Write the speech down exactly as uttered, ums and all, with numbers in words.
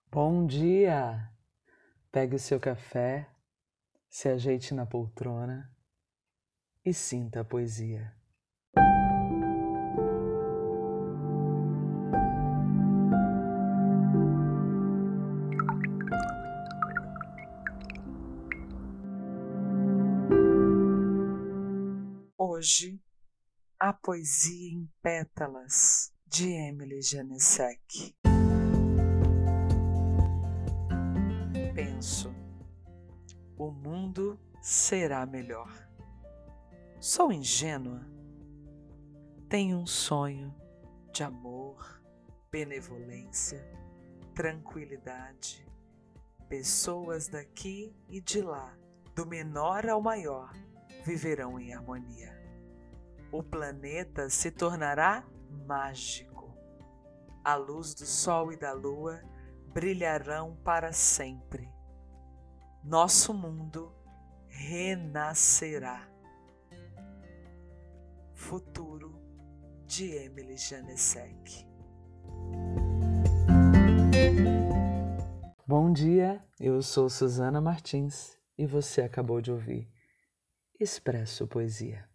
Bom dia! Pegue o seu café, se ajeite na poltrona e sinta a poesia. Hoje, a poesia em pétalas de Emily Janecek. Penso, o mundo será melhor. Sou ingênua. Tenho um sonho de amor, benevolência, tranquilidade. Pessoas daqui e de lá, do menor ao maior, viverão em harmonia. O planeta se tornará mágico. A luz do sol e da lua brilharão para sempre. Nosso mundo renascerá. Futuro de Emily Janecek. Bom dia, eu sou Suzana Martins e você acabou de ouvir Expresso Poesia.